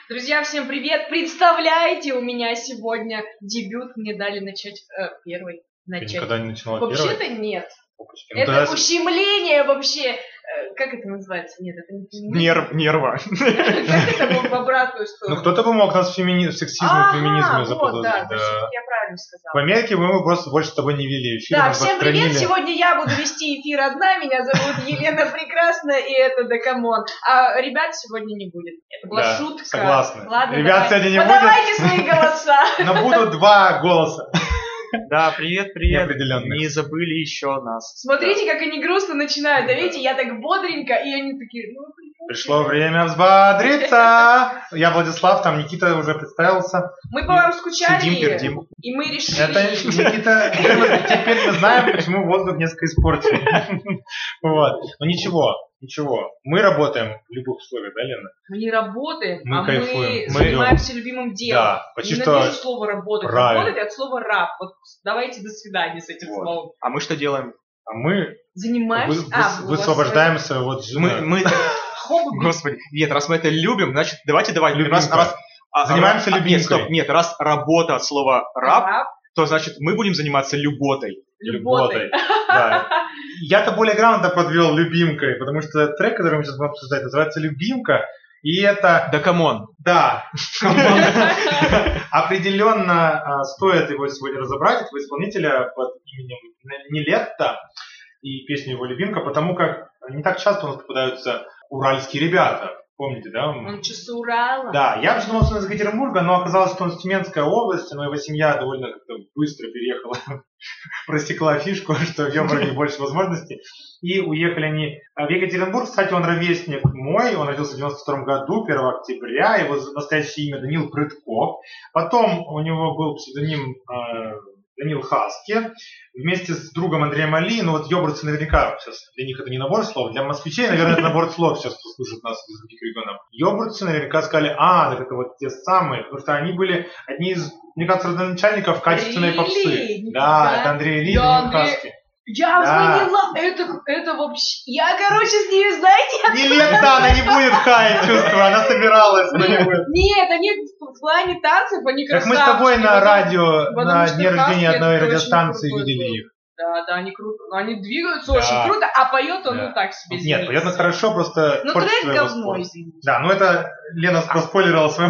Друзья, всем привет! Представляете, у меня сегодня дебют, мне дали начать первый. Ты никогда не начинала первый? Вообще-то нет. Опачки. Это ущемление вообще. Как это называется? Нет, это не... Нерва. Как это в обратную сторону? Ну кто-то бы мог нас в сексизме, феминизме заподозрить. Да, я правильно сказала. В Америке мы просто больше с тобой не вели эфир. Да, всем привет! Сегодня я буду вести эфир одна. Меня зовут Елена Прекрасная, и это Декамон. А ребят сегодня не будет. Это была шутка. Согласна. Ладно, ребят сегодня не будет. Подавайте свои голоса. Но будут два голоса. Да, привет. Не забыли еще нас. Смотрите, как они грустно начинают. Да видите, я так бодренько, и они такие... Пришло время взбодриться. Я Владислав, там Никита уже представился. Мы по вам скучали, сидим, пердим. И мы решили... Это Никита, теперь мы знаем, почему воздух несколько испортил. Вот. Но ничего. Мы работаем в любых условиях, да, Лена? Мы не работаем, мы кайфуем. Мы занимаемся любимым делом. Да, почти ненавижу слово работать. Правильно. Работать от слова раб. Вот давайте до свидания с этим словом. А мы что делаем? А мы занимаемся... высвобождаем своего джина. Мы... Господи, нет, раз мы это любим, значит, давайте. Занимаемся любимкой. Нет, раз работа от слова раб, то значит мы будем заниматься люботой. Люботой. Да. Я-то более грамотно подвел любимкой, потому что трек, который мы сейчас будем обсуждать, называется «Любимка». И это... Да камон. Да. Определенно стоит его сегодня разобрать, этого исполнителя под именем Нилетто и песню его «Любимка», потому как не так часто у нас попадаются уральские ребята. Помните, да? Он что, с Урала? Да, я вообще думал, что он из Екатеринбурга, но оказалось, что он из Тюменской области, но его семья довольно как-то быстро переехала, просекла фишку, что в Ёмбурге больше возможностей. И уехали они в Екатеринбург. Кстати, он ровесник мой, он родился в 92 году, 1 октября, его настоящее имя Данил Прытков. Потом у него был псевдоним Данил Хаски, вместе с другом Андреем Али. Ну вот ёбурцы наверняка, сейчас для них это не набор слов, для москвичей, наверное, это набор слов, сейчас кто слушает нас из других регионов. Ёбурцы наверняка сказали, так это вот те самые, потому что они были одни из, мне кажется, родоначальников качественной попсы. Да, это Андрей Али и Данил Хаски. Я поняла, это вообще... Я, короче, с ними, знаете... Нилетто, она не будет хаять, чувствую, она собиралась, но не будет. Нет, они в плане танцев, они красавчики. Как мы с тобой на радио, на дне рождения одной радиостанции видели их. Да, они круто. Они двигаются очень круто, а поет он так себе. Нет, поет он хорошо, просто... Ну, трек говно, извините. Да, ну это Лена проспойлерила свое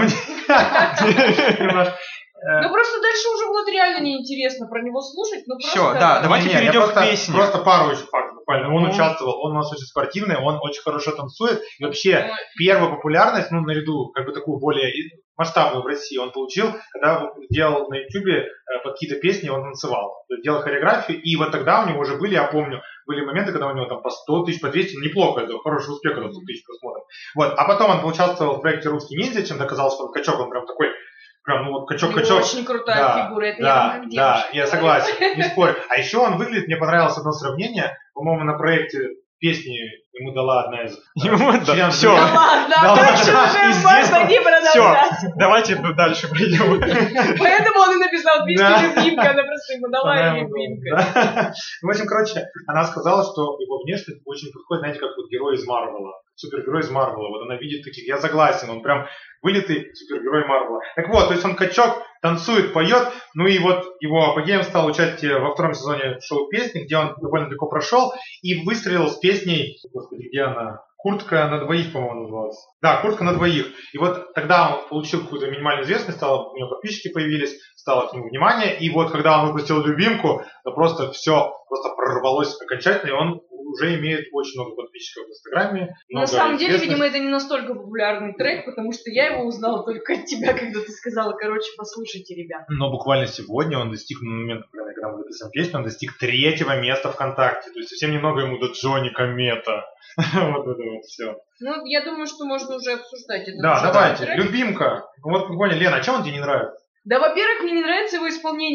мнение. Ну просто дальше уже вот реально неинтересно про него слушать. Ну, все, да, давайте перейдем к песне. Просто пару еще фактов буквально. Он участвовал, он у нас очень спортивный, он очень хорошо танцует. И вообще первую популярность, ну наряду, как бы такую более масштабную в России он получил, когда делал на ютубе под какие-то песни, он танцевал. Делал хореографию, и вот тогда у него уже были, я помню, были моменты, когда у него там по 100 тысяч, по 200, неплохо, это хороший успех, когда 100 тысяч просмотров. Вот, а потом он поучаствовал в проекте «Русский ниндзя», чем доказал, что он качок, он прям такой... Прям, ну вот качок-качок. Очень крутая фигура, это я как девушка. Да, я согласен, не спорю. А еще он выглядит, мне понравилось одно сравнение, по-моему, на проекте песни ему дала одна из... Все. Да ладно, дальше уже можно не продолжать. Все, давайте дальше пойдем. Поэтому он и написал песню «Любимка», она просто ему дала «Любимка». В общем, короче, она сказала, что его внешность очень подходит, знаете, как вот герой из Марвела. Супергерой из Марвела. Вот она видит таких. Я согласен, он прям вылитый супергерой Марвела. Так вот, то есть он качок, танцует, поет. Ну и вот его апогеем стало участие во 2 сезоне шоу «Песни», где он довольно далеко прошел и выстрелил с песней, господи, где она? «Куртка на двоих», по-моему, называлась. Да, «Куртка на двоих». И вот тогда он получил какую-то минимальную известность, у него подписчики появились, стало к нему внимание. И вот когда он выпустил «Любимку», то просто все просто прорвалось окончательно, и он уже имеет очень много подписчиков в Инстаграме. На самом деле, видимо, это не настолько популярный трек, потому что я его узнала только от тебя, когда ты сказала, короче, послушайте, ребят. Но буквально сегодня он достиг, на момент, когда мы записываем песню, он достиг 3-го места ВКонтакте. То есть совсем немного ему до Джонни Комета. Вот это вот все. Ну, я думаю, что можно уже обсуждать это. Да, давайте. «Любимка». Вот буквально, Лена, а чем он тебе не нравится? Да, во-первых, мне не нравится его исполнение. Вот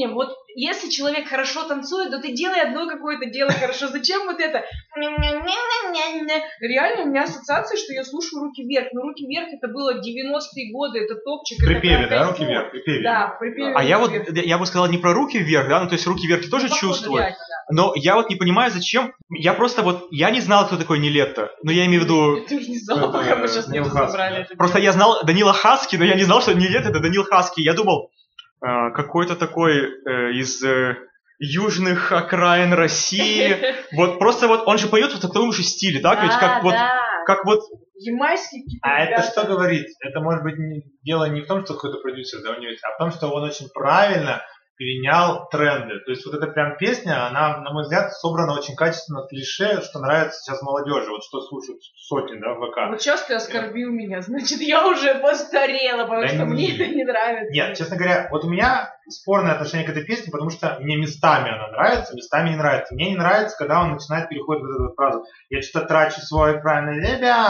если человек хорошо танцует, то ты делай одно какое-то дело хорошо. Зачем вот это? Реально у меня ассоциация, что я слушаю «Руки вверх». Но «Руки вверх» это было 90-е годы, это топчик. В припеве, да, «Руки вверх», в припеве. Да, в припеве. А я бы сказал не про «Руки вверх», да, ну то есть «Руки вверх» я тоже чувствую. Реально, да. Но я вот не понимаю, зачем. Я просто вот, я не знал, кто такой Нилетто. Но я имею в виду... Ты уже не знал, пока мы сейчас не разобрали. Просто я знал Данила Хаски, но я не знал, что Нилетто это Данил Хаски. Я думал, какой-то такой из южных окраин России. Вот просто вот он же поет в таком же стиле, да? Как вот ямайский. А это что говорит? Это может быть дело не в том, что какой-то продюсер, да, у него есть, а в том, что он очень правильно перенял тренды. То есть вот эта прям песня, она, на мой взгляд, собрана очень качественно, клише, что нравится сейчас молодежи, вот что слушают сотни, да, в ВК. Вот сейчас ты оскорбил меня, значит, я уже постарела, потому что мне это не нравится. Нет, честно говоря, вот у меня спорное отношение к этой песне, потому что мне местами она нравится, местами не нравится. Мне не нравится, когда он начинает переходить в эту фразу. Я что-то трачу свой правильный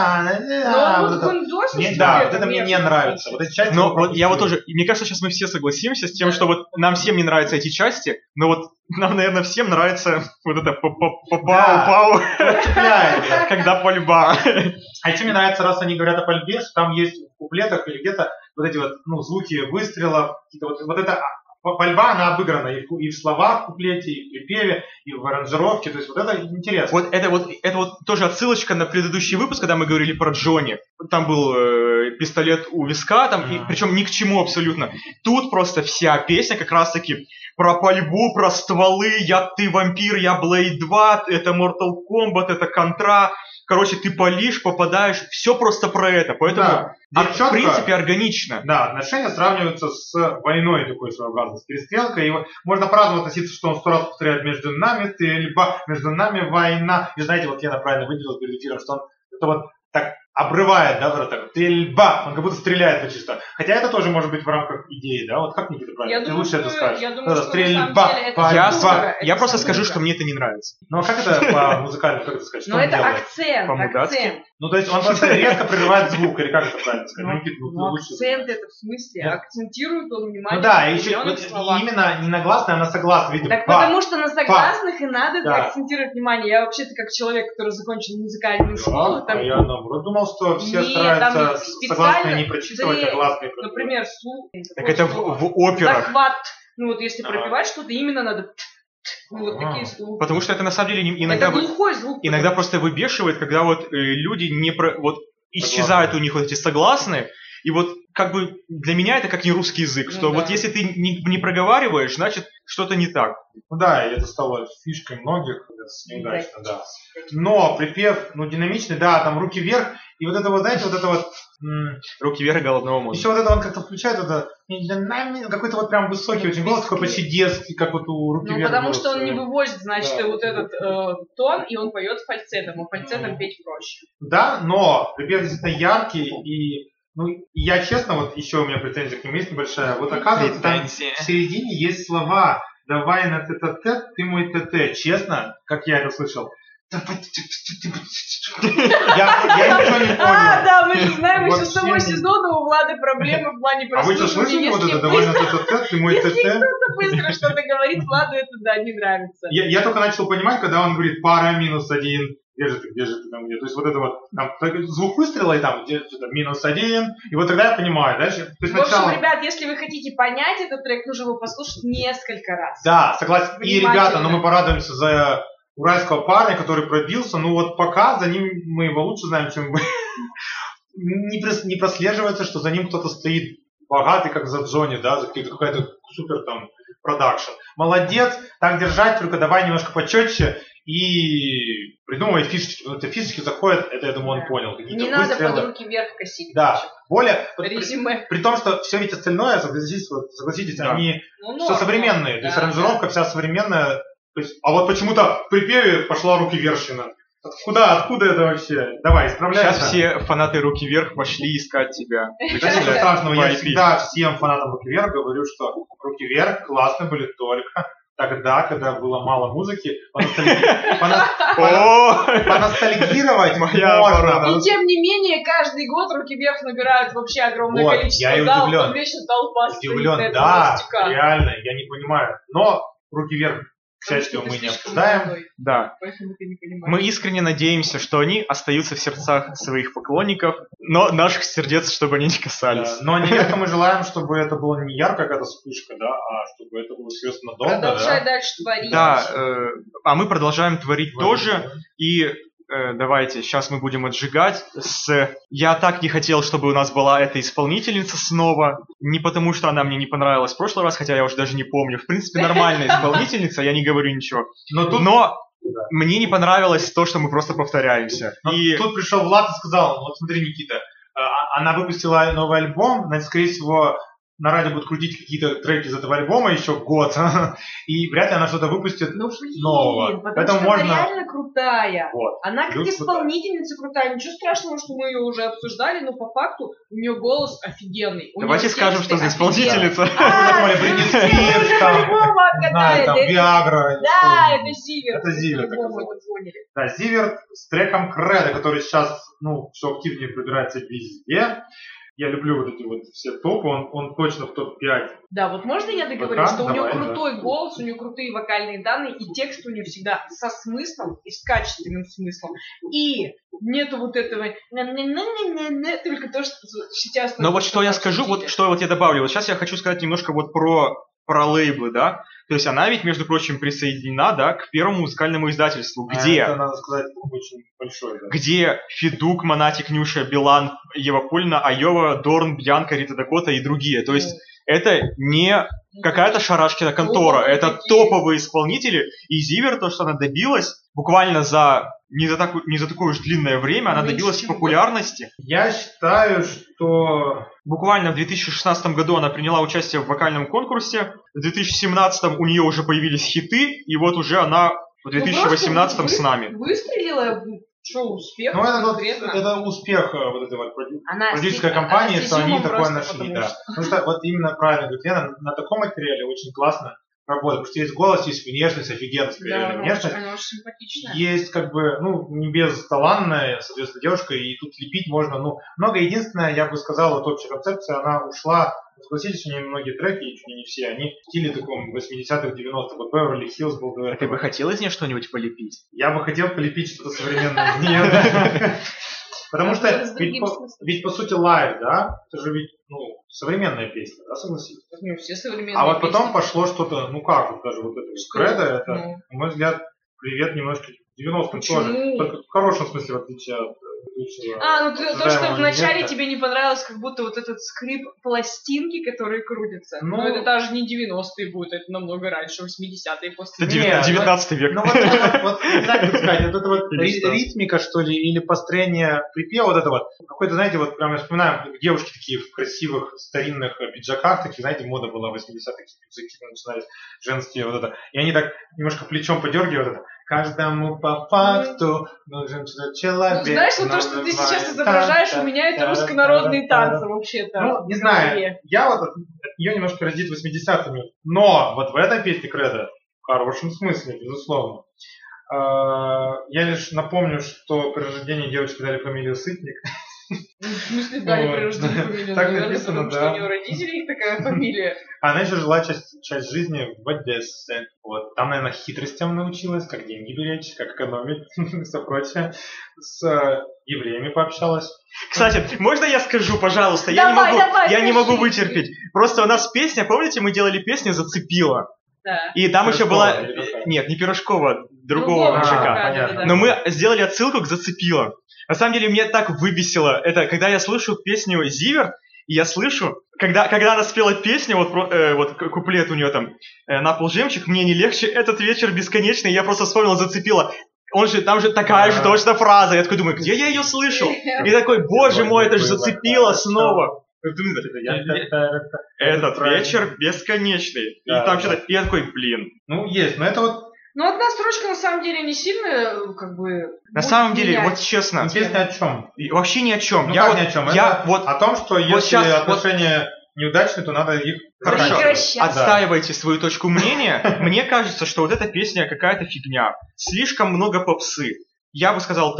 да, вот это мне не нравится. Вот эти части. Но вот я вот тоже, мне кажется, сейчас мы все согласимся с тем, что вот нам всем не нравятся эти части, но вот нам, наверное, всем нравится вот это пау-пау, когда пальба. А еще мне нравится, раз они говорят о пальбе, что там есть в куплетах или где-то вот эти вот, ну, звуки выстрелов, вот это пальба, она обыграна и в словах в куплете, и в припеве, и в аранжировке, то есть вот это интересно. Вот это тоже отсылочка на предыдущий выпуск, когда мы говорили про Джонни. Там был пистолет у виска, там, причем ни к чему абсолютно. Тут просто вся песня как раз-таки про пальбу, про стволы, ты вампир, я Blade 2, это Mortal Kombat, это Контра. Короче, ты палишь, попадаешь, все просто про это, поэтому в принципе органично. Да, отношения сравниваются с войной такой своеобразной, с перестрелкой. И можно по-разному относиться, что он 100 раз повторяет «между нами стрельба, между нами война». И знаете, вот я правильно выделил перед эфиром, что он это вот так обрывает, да, вот так, стрельба, он как будто стреляет почти что. Хотя это тоже может быть в рамках идеи, да, вот как Никита правильно, ты лучше это скажешь. Я думаю, что стрельба, я просто скажу, что мне это не нравится. Ну а как это по-музыкальному, как это сказать? Ну это акцент. Ну то есть он просто резко прерывает звук, или как это правильно сказать? Ну акцент это в смысле, акцентирует он внимание. Ну да, еще именно не на гласное, а на согласное, видимо. Так потому что на согласных и надо акцентировать внимание. Я вообще-то как человек, который закончил музыкальную школу. А я наоборот думал, что все стараются согласные не прочитывать, а гласные прочитывать. Например, слух. Так это в операх. Захват. Ну вот если пропевать что-то, именно надо... Вот такие слухи. Потому что это на самом деле иногда... Это глухой звук. Иногда просто выбешивает, когда вот люди исчезают у них вот эти согласные. И вот как бы для меня это как не русский язык, что вот если ты не проговариваешь, значит что-то не так. Ну да, и это стало фишкой многих, неудачно, да. Но припев, динамичный, да, там руки вверх, и вот это вот, знаете, вот это вот... Руки вверх головного мозга. Еще вот это он как-то включает, это какой-то вот прям высокий очень голос, такой почти детский, как вот у руки вверх. Ну потому что он не вывозит, значит, вот этот тон, и он поет фальцетом, а фальцетом петь проще. Да, но припев действительно яркий, и я честно, вот еще у меня претензия к нему есть небольшая. Вот оказывается, там в середине есть слова «давай на тет-а-тет, ты мой ТТ». Честно, как я это слышал. Я ничего не понял. Да, мы же знаем, еще с того сезона у Влады проблемы в плане прослушивания. А вы что слышали вот это «давай на тет-а-тет, ты мой ТТ»? Если кто-то быстро что-то говорит, Владу это, не нравится. Я только начал понимать, когда он говорит «пара минус один». Где же ты там где? То есть вот это вот там, звук выстрела и там где-то -1, и вот тогда я понимаю, дальше. В общем, ребят, если вы хотите понять этот трек, нужно его послушать несколько раз. Да, согласен. И, ребята, мы порадуемся за уральского парня, который пробился, вот пока за ним мы его лучше знаем, чем вы. Не прослеживается, что за ним кто-то стоит богатый, как за Джонни, да, за какой-то супер там продакшн. Молодец, так держать, только давай немножко почетче. И придумывает фишечки. Вот эти фишечки заходят, это, я думаю, он понял. Не надо под руки вверх косить. Да. Более, при том, что все ведь остальное, согласитесь, они все современные. То есть аранжировка вся современная. То есть, а вот почему-то в припеве пошла руки вверхщина. Откуда это вообще? Давай, исправляйся. Сейчас все фанаты руки вверх пошли искать тебя. Ничего страшного, я всегда всем фанатам руки вверх говорю, что руки вверх классные были только тогда, когда было мало музыки, поностальгировать можно. И тем не менее, каждый год руки вверх набирают вообще огромное количество залов, там вечно толпа стоит. Удивлен, да, реально, я не понимаю. Но руки вверх, к счастью, мы не обсуждаем. Да. Мы искренне надеемся, что они остаются в сердцах своих поклонников, но наших сердец, чтобы они не касались. Да. Но нередко мы желаем, чтобы это была не яркая какая-то вспышка, да, а чтобы это было серьезно долго. Продолжай дальше творить. Да, а мы продолжаем творить тоже, и давайте, сейчас мы будем отжигать «Я так не хотел, чтобы у нас была эта исполнительница снова», не потому что она мне не понравилась в прошлый раз, хотя я уже даже не помню. В принципе, нормальная исполнительница, я не говорю ничего. Но мне не понравилось то, что мы просто повторяемся. И тут пришел Влад и сказал: вот смотри, Никита, она выпустила новый альбом, значит, скорее всего, на радио будут крутить какие-то треки из этого альбома еще год, и вряд ли она что-то выпустит нового. Потому что она реально крутая. Вот. Она как исполнительница крутая. Ничего страшного, что мы ее уже обсуждали, но по факту у нее голос офигенный. Давайте скажем, что за исполнительница. Думали, Бритни Спирс, там, Виагра. Да, это Зиверт. Это Зиверт. Да, Зиверт с треком Кредо, который сейчас, все активнее пробирается везде. Я люблю вот эти вот все топы, он точно в топ-5. Да, вот можно я договорю, что у нее крутой голос, у нее крутые вокальные данные, и текст у нее всегда со смыслом и с качественным смыслом. И нету вот этого только то, что сейчас... Но вот что я скажу, вот что я добавлю. Вот сейчас я хочу сказать немножко вот про лейблы, да. То есть она ведь, между прочим, присоединена, да, к первому музыкальному издательству, где... Это, надо сказать, очень большой, да. Где Федук, Монатик, Нюша, Билан, Ева Польна, Айова, Дорн, Бьянка, Рита Дакота и другие. То есть это не какая-то шарашкина контора, это топовые исполнители. И Зиверт, то, что она добилась, буквально за не за такое уж длинное время, она добилась популярности. Я считаю, что... Буквально в 2016 году она приняла участие в вокальном конкурсе. В 2017 у нее уже появились хиты, и вот уже она в 2018 с нами. Выстрелила, что, успех? Это успех вот этой вот продюсерской компании, что они такое нашли. Да. Потому что вот именно правильно говорит Лена, на таком материале очень классно работать, потому что есть голос, есть внешность, офигенная внешность. Она очень симпатичная. Есть как бы, не безталанная, соответственно, девушка, и тут лепить можно, много. Единственное, я бы сказал, вот общая концепция, она ушла, согласитесь, у нее многие треки, чуть ли не все, они в стиле таком 80-х, 90-х, вот Beverly Hills был до этого. Ты бы хотел из нее что-нибудь полепить? Я бы хотел полепить что-то современное из нее. Потому что, ведь по сути лайв, да, это же ведь, современная песня, да, согласитесь? Все современные А вот потом пошло что-то, даже вот это Кредо, это, на мой взгляд, привет немножко 90-м тоже. Только в хорошем смысле, в отличие от предыдущего. То, что вначале тебе не понравилось, как будто вот этот скрип пластинки, которые крутятся. Но это даже не 90-е будет, это намного раньше, 80-е после. Это 19 век. Вот, не знаю, как сказать, вот эта вот ритмика, что ли, или построение припева, вот это вот. Какой-то, знаете, вот прям я вспоминаю, девушки такие в красивых старинных пиджаках, такие, знаете, мода была в 80-х, пиджаки начинались женские, вот это. И они так немножко плечом подергивают это. Каждому по факту нужен человек. Знаешь, вот то, что ты сейчас изображаешь, у меня это руссконародные танцы вообще-то. Не знаю, я вот от нее немножко разит 80-ми. Но вот в этой песне Кредо в хорошем смысле, безусловно. Я лишь напомню, что при рождении девочки дали фамилию Сытник. В смысле, дали при рождении фамилию? Так написано, да. Потому что у нее родителей такая фамилия. Она еще жила часть жизни в Одессе. Вот. Там, наверное, хитростям научилась, как деньги беречь, как экономить, все прочее. С евреями пообщалась. Кстати, можно я скажу, пожалуйста? Я не могу вытерпеть. Просто у нас песня, помните, мы делали песню «Зацепила». Да. И там еще была... Нет, не Пирожкова, другого мужика. Но мы сделали отсылку к «Зацепила». На самом деле, меня так выбесило это, когда я слышу песню «Зиверт», и я слышу, когда она спела песню, вот куплет у нее там «На пол жемчуг, мне не легче, этот вечер бесконечный», я просто вспомнил «Зацепила». Там же такая же точно фраза. Я такой думаю, где я ее слышу? И такой, боже мой, это же «Зацепила» снова. Этот вечер бесконечный. И там что-то, я такой, блин. Есть, но это вот... одна строчка на самом деле не сильно, как бы... На самом деле, вот честно... Песня о чем? Вообще ни о чем. Ни о чем. О том, что если отношения неудачные, то надо их... Хорошо, отстаивайте свою точку мнения. Мне кажется, что вот эта песня какая-то фигня. Слишком много попсы. Я бы сказал так.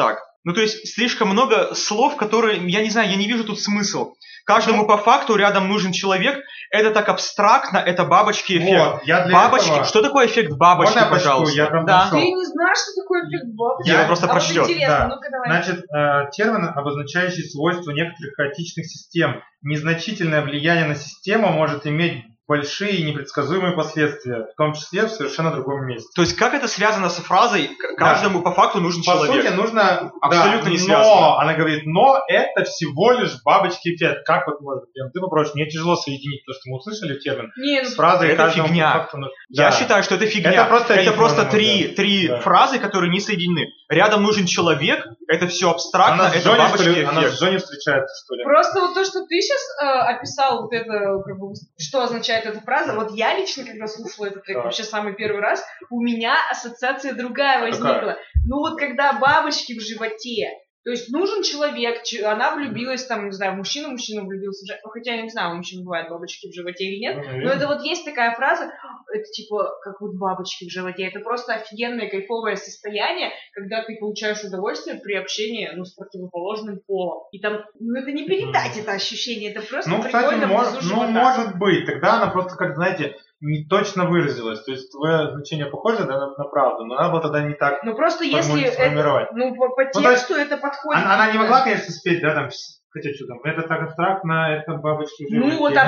Ну, то есть, слишком много слов, которые, я не знаю, я не вижу тут смысл. Каждому по факту рядом нужен человек. Это так абстракно, это бабочки-эффект. Вот, я для Бабочки, этого... что такое эффект бабочки, Можно я пожалуйста? Я прям да. Ты не знаешь, что такое эффект бабочки? Я его просто Вот прочтет. интересно, Да. ну-ка давай. Значит, термин, обозначающий свойства некоторых хаотичных систем. Незначительное влияние на систему может иметь большие и непредсказуемые последствия, в том числе в совершенно другом месте. То есть, как это связано со фразой «каждому по факту нужен По человек»? сути, нужно... Абсолютно не но, связано. она говорит, но это всего лишь бабочки эффект. Как вот может быть? Ты попросишь, мне тяжело соединить то, что мы услышали термин, Не, с фразой это «каждому по фигня. факту нужен». Я Да. считаю, что это фигня. Это просто рифма, три да. фразы, которые не соединены. Рядом нужен человек, это все абстрактно, Она с это Джонни, бабочки что ли, она с эффект. Джонни встречается, что ли? Просто вот то, что ты сейчас описал, вот это, как бы, что означает эта фраза, вот я лично, когда слушала этот трек вообще самый первый раз, у меня ассоциация другая возникла. Какая? Ну вот когда бабочки в животе, то есть нужен человек, она влюбилась, там, не знаю, мужчина влюбился в женщину, хотя я не знаю, у мужчин бывают бабочки в животе или нет, но это вот есть такая фраза, это типа, как вот бабочки в животе, это просто офигенное кайфовое состояние, когда ты получаешь удовольствие при общении, ну, с противоположным полом. И там, ну, это не передать это ощущение, это просто прикольно внизу живота. Может быть, тогда она просто, как, знаете, не точно выразилась. То есть твое значение похоже на правду, но надо было тогда не так ну, просто если сформировать. это, ну, по тексту это подходит. Она не могла, конечно, спеть, да, там, хотя что там, это так абстрактно, это бабочки уже. Ну, вот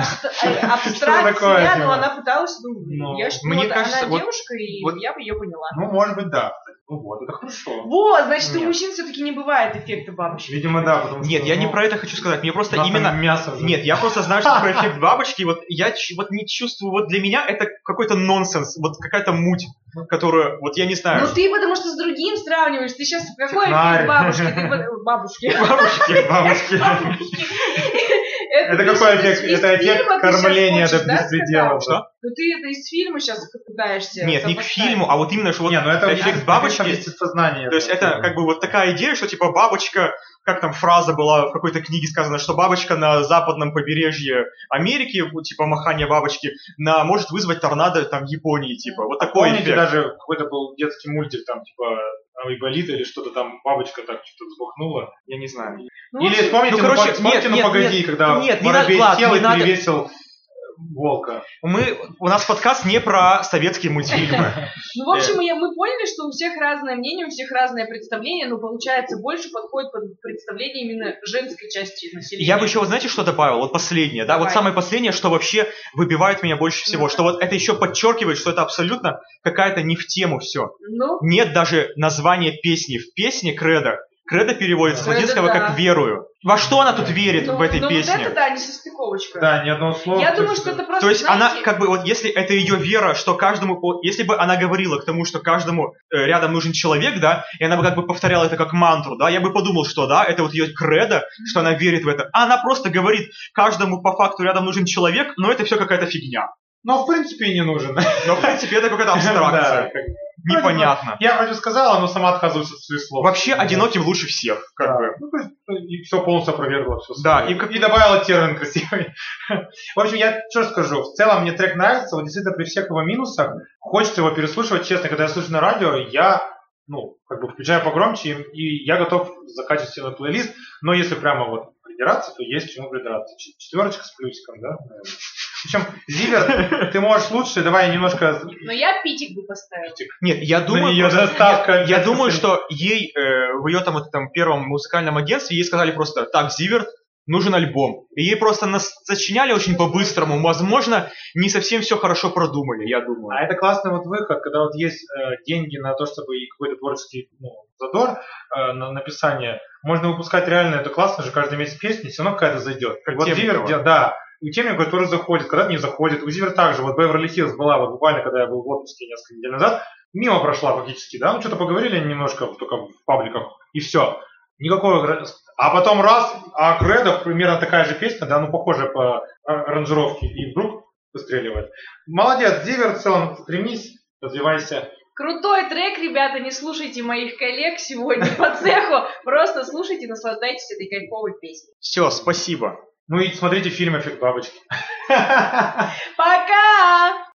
абстракция, но она пыталась, ну, я считаю, мне кажется, она вот, девушка, и вот, я бы ее поняла. Ну, может быть, да. Ну вот, это хорошо. Вот, значит, Нет. у мужчин все-таки не бывает эффекта бабочки. Видимо, да, потому что... Нет, я не про это хочу сказать, мне просто там именно... мясо уже. Нет, я просто знаю, что такое эффект бабочки, вот я вот не чувствую, вот для меня это какой-то нонсенс, вот какая-то муть, которую, вот я не знаю. Ну ты потому что с другим сравниваешь, ты сейчас какой Технарь. эффект бабушки? Ты бабушки. Бабочки. Это какой эффект? Это эффект кормления до беспредела. Что? Ну ты это из фильма сейчас пытаешься. Нет, не к фильму, а вот именно, что вот Не, ну это эффект бабочки. сознание. То есть это как бы вот такая идея, что типа бабочка, как там фраза была в какой-то книге сказано, что бабочка на западном побережье Америки, типа махание бабочки, может вызвать торнадо там в Японии, типа. Вот такой Помните, эффект. даже какой-то был детский мультик, там, типа, Айболит или что-то там, бабочка так что-то взбахнула. Я не знаю. Ну, Или в общем, вспомните, ну, короче, вспомните, нет, ну погоди, нет, когда нет, не воробей надо, сел ладно, и не надо. перевесил волка. У нас подкаст не про советские мультфильмы. Ну, в общем, мы поняли, что у всех разное мнение, у всех разное представление, но получается больше подходит под представление именно женской части населения. Я бы еще, вот знаете, что добавил? Вот последнее, да, вот самое последнее, что вообще выбивает меня больше всего, что вот это еще подчеркивает, что это абсолютно какая-то не в тему все. Ну? Нет даже названия песни. В песне «Кредо». «Кредо» переводится с «Кредо», латинского да. как «верую». Во что она тут верит в этой песне? Вот это, да, не состыковочка. Да, ни одного слова. Я думаю, что это просто, То есть знаете, она, как бы, вот если это ее вера, что каждому, если бы она говорила к тому, что каждому рядом нужен человек, да, и она бы как бы повторяла это как мантру, да, я бы подумал, что, да, это вот ее кредо, что она верит в это. А она просто говорит, каждому по факту рядом нужен человек, но это все какая-то фигня. Но в принципе и не нужен. Но в принципе это какая-то абстракция. Непонятно. Я вроде сказала, но сама отказывается от своих слов. Вообще одиноким лучше всех, как бы. Ну, то есть, и все полностью опровергла. Все Да, и добавила термин красивый. В общем, я что скажу. В целом мне трек нравится. Вот действительно при всех его минусах хочется его переслушивать. Честно, когда я слушаю на радио, я как бы включаю погромче, и я готов закачивать себе на плейлист. Но если прямо вот придираться, то есть к чему придраться. 4 с плюсиком, да? Причем, Зиверт, ты можешь лучше, давай немножко... Но я питик бы поставил. Нет, я думаю, я думаю, что ей в ее там, первом музыкальном агентстве ей сказали просто: так, Зиверт, нужен альбом. И ей просто сочиняли очень по-быстрому. Возможно, не совсем все хорошо продумали, я думаю. А это классный вот выход, когда вот есть деньги на то, чтобы и какой-то творческий задор на написание. Можно выпускать реально, это классно же, каждый месяц песни, все равно какая-то зайдет. Как вот Зиверт, да. У темников, который заходит, когда не заходит. У Зиверт также. Вот Беверли Хиллз была вот буквально, когда я был в отпуске несколько недель назад, мимо прошла фактически, да, что-то поговорили немножко только в пабликах, и все. Никакого... А потом раз, а Кредо примерно такая же песня, да, похожая по аранжировке, и вдруг выстреливает. Молодец, Зиверт, в целом, стремись, развивайся. Крутой трек, ребята, не слушайте моих коллег сегодня по цеху, просто слушайте, наслаждайтесь этой кайфовой песней. Все, спасибо. Ну и смотрите фильм «Эффект бабочки». Пока!